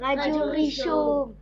Radio Richaud.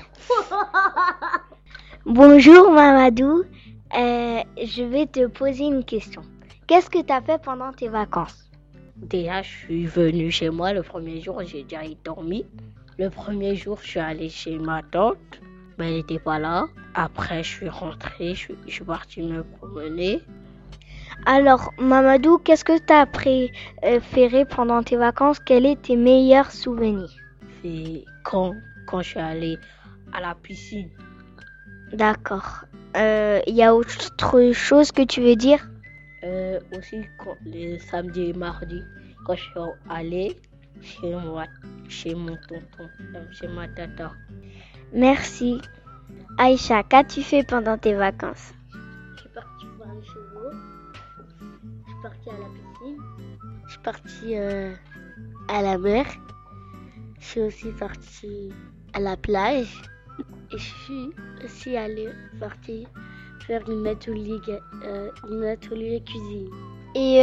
Bonjour Mamadou, je vais te poser une question. Qu'est-ce que tu as fait pendant tes vacances? Déjà, je suis venu chez moi le premier jour, j'ai déjà dormi. Le premier jour, je suis allé chez ma tante, mais elle n'était pas là. Après, je suis rentré, je suis parti me promener. Alors Mamadou, qu'est-ce que tu as préféré pendant tes vacances? Quels étaient tes meilleurs souvenirs? C'est quand je suis allé à la piscine. D'accord. Y a autre chose que tu veux dire? Aussi, les samedis et mardis, quand je suis allé chez mon tonton, chez ma tata. Merci. Aïcha, qu'as-tu fait pendant tes vacances? Je suis partie voir les chevaux. Je suis partie à la piscine. Je suis partie à la mer. Je suis aussi partie à la plage. Et je suis aussi partie faire une atelier cuisine. Et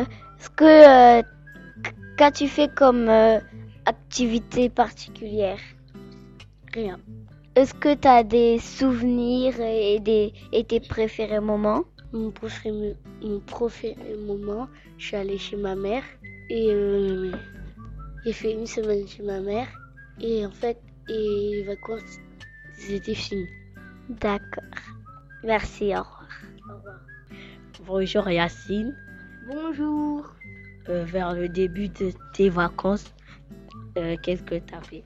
qu'as-tu fait comme activité particulière? Rien. Est-ce que tu as des souvenirs et tes préférés moments? Mon préféré moment, je suis allée chez ma mère et j'ai fait une semaine chez ma mère et en fait, les vacances étaient finies. D'accord. Merci, au revoir. Au revoir. Bonjour Yacine. Bonjour. Vers le début de tes vacances, qu'est-ce que tu as fait?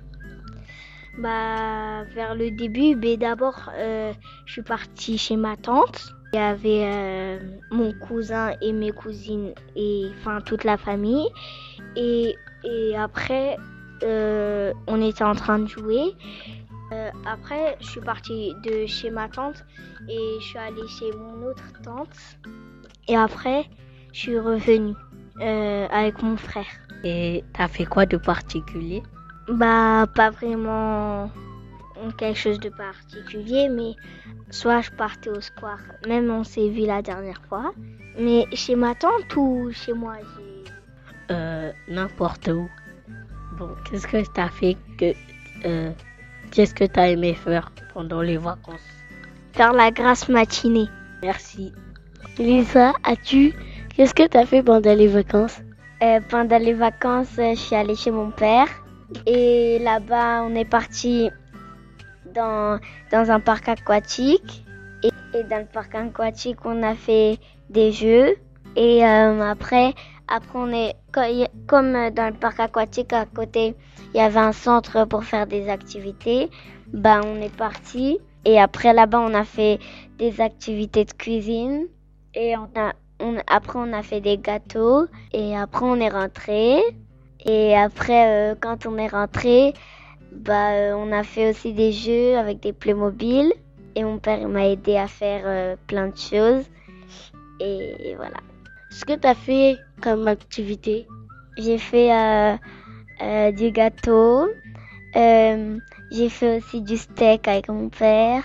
Vers le début, d'abord, je suis partie chez ma tante. Il y avait mon cousin et mes cousines et enfin toute la famille. Et après, on était en train de jouer. Après, je suis partie de chez ma tante et je suis allée chez mon autre tante. Et après, je suis revenue avec mon frère. Et t'as fait quoi de particulier? Pas vraiment quelque chose de particulier, mais soit je partais au square, même on s'est vu la dernière fois. Mais chez ma tante ou chez moi, N'importe où. Bon, qu'est-ce que t'as fait qu'est-ce que t'as aimé faire pendant les vacances? faire la grasse matinée. Merci. Lisa, qu'est-ce que tu as fait pendant les vacances? Pendant les vacances, je suis allée chez mon père. Et là-bas, on est parti dans un parc aquatique. Et dans le parc aquatique, on a fait des jeux. Et après on est comme dans le parc aquatique à côté, il y avait un centre pour faire des activités. On est parti. Et après là-bas, on a fait des activités de cuisine. Et après, on a fait des gâteaux. Et après, on est rentré. Et après, quand on est rentré, on a fait aussi des jeux avec des Playmobil. Et mon père m'a aidé à faire plein de choses. Et voilà. Ce que tu as fait comme activité? J'ai fait du gâteau. J'ai fait aussi du steak avec mon père.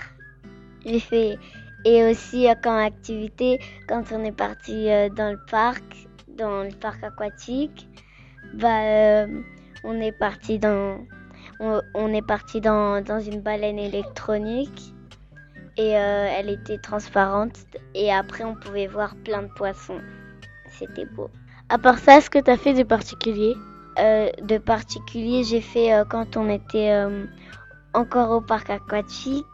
Et aussi comme activité, quand on est parti dans le parc aquatique, on est parti dans une baleine électronique et elle était transparente et après on pouvait voir plein de poissons. C'était beau. À part ça, est-ce que tu as fait de particulier? De particulier, j'ai fait quand on était encore au parc aquatique.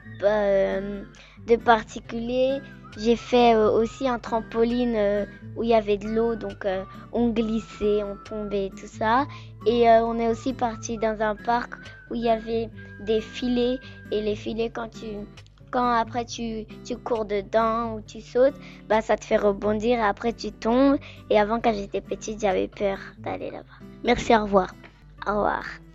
De particulier, j'ai fait aussi un trampoline où il y avait de l'eau, donc on glissait, on tombait, tout ça. Et on est aussi parti dans un parc où il y avait des filets. Et les filets, quand après tu cours dedans ou tu sautes, ça te fait rebondir et après tu tombes. Et avant, quand j'étais petite, j'avais peur d'aller là-bas. Merci, au revoir. Au revoir.